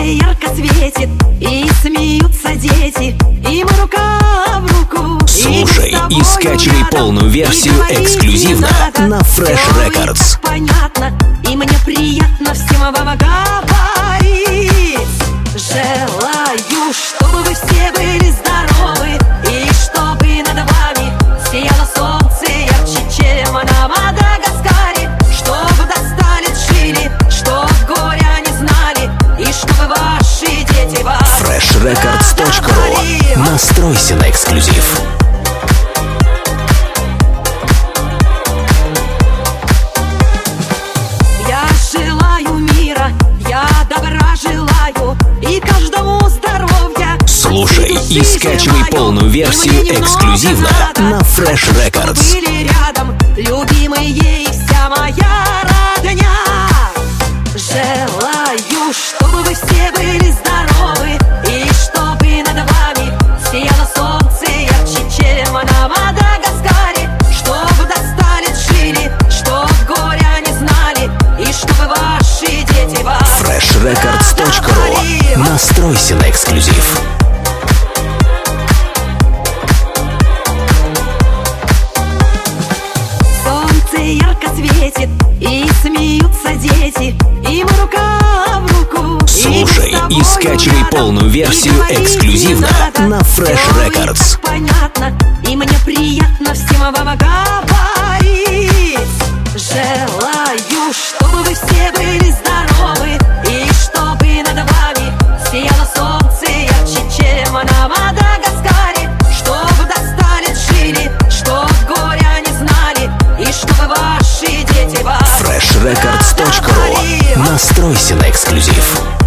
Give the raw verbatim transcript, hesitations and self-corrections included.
ярко светит, и смеются дети, и мы рука в руку. Слушай и скачивай полную версию эксклюзивно на Fresh Records. Понятно, и мне приятно всем вам говорить. Желаю, чтобы вы все были здоровы, и чтобы над вами сияло солнце ярче, чем на Мадагаскаре. Чтобы достали, жили, чтоб горя не знали, и чтобы ваши дети вас фреш рекордс точка ру. Настройся на эксклюзив. Я желаю мира, я добра желаю, и каждому здоровья. Слушай и скачивай полную версию эксклюзивно на Fresh Records. Были рядом, любимые и вся моя родня. Желаю, чтобы вы все были здоровы, и чтобы над вами сияло солнце ярче, чем на Мадагаскаре. Чтобы достали, жили, чтоб горя не знали, и чтобы ваши дети вас фреш рекордс точка ру. Настройся на эксклюзив. Солнце ярко светит, и смеются дети, и мы рука в руку. Слушай и скачивай полную версию эксклюзивно на Fresh Records. Понятно, и мне приятно всем вам говорить. Желаю, чтобы вы все были здоровы, и чтобы над вами сияло солнце ярче, чем на Мадагаскаре. Чтобы достали, жили, чтоб горя не знали, и чтобы ваши дети вас фреш рекордс точка ру. Настройся на эксклюзив.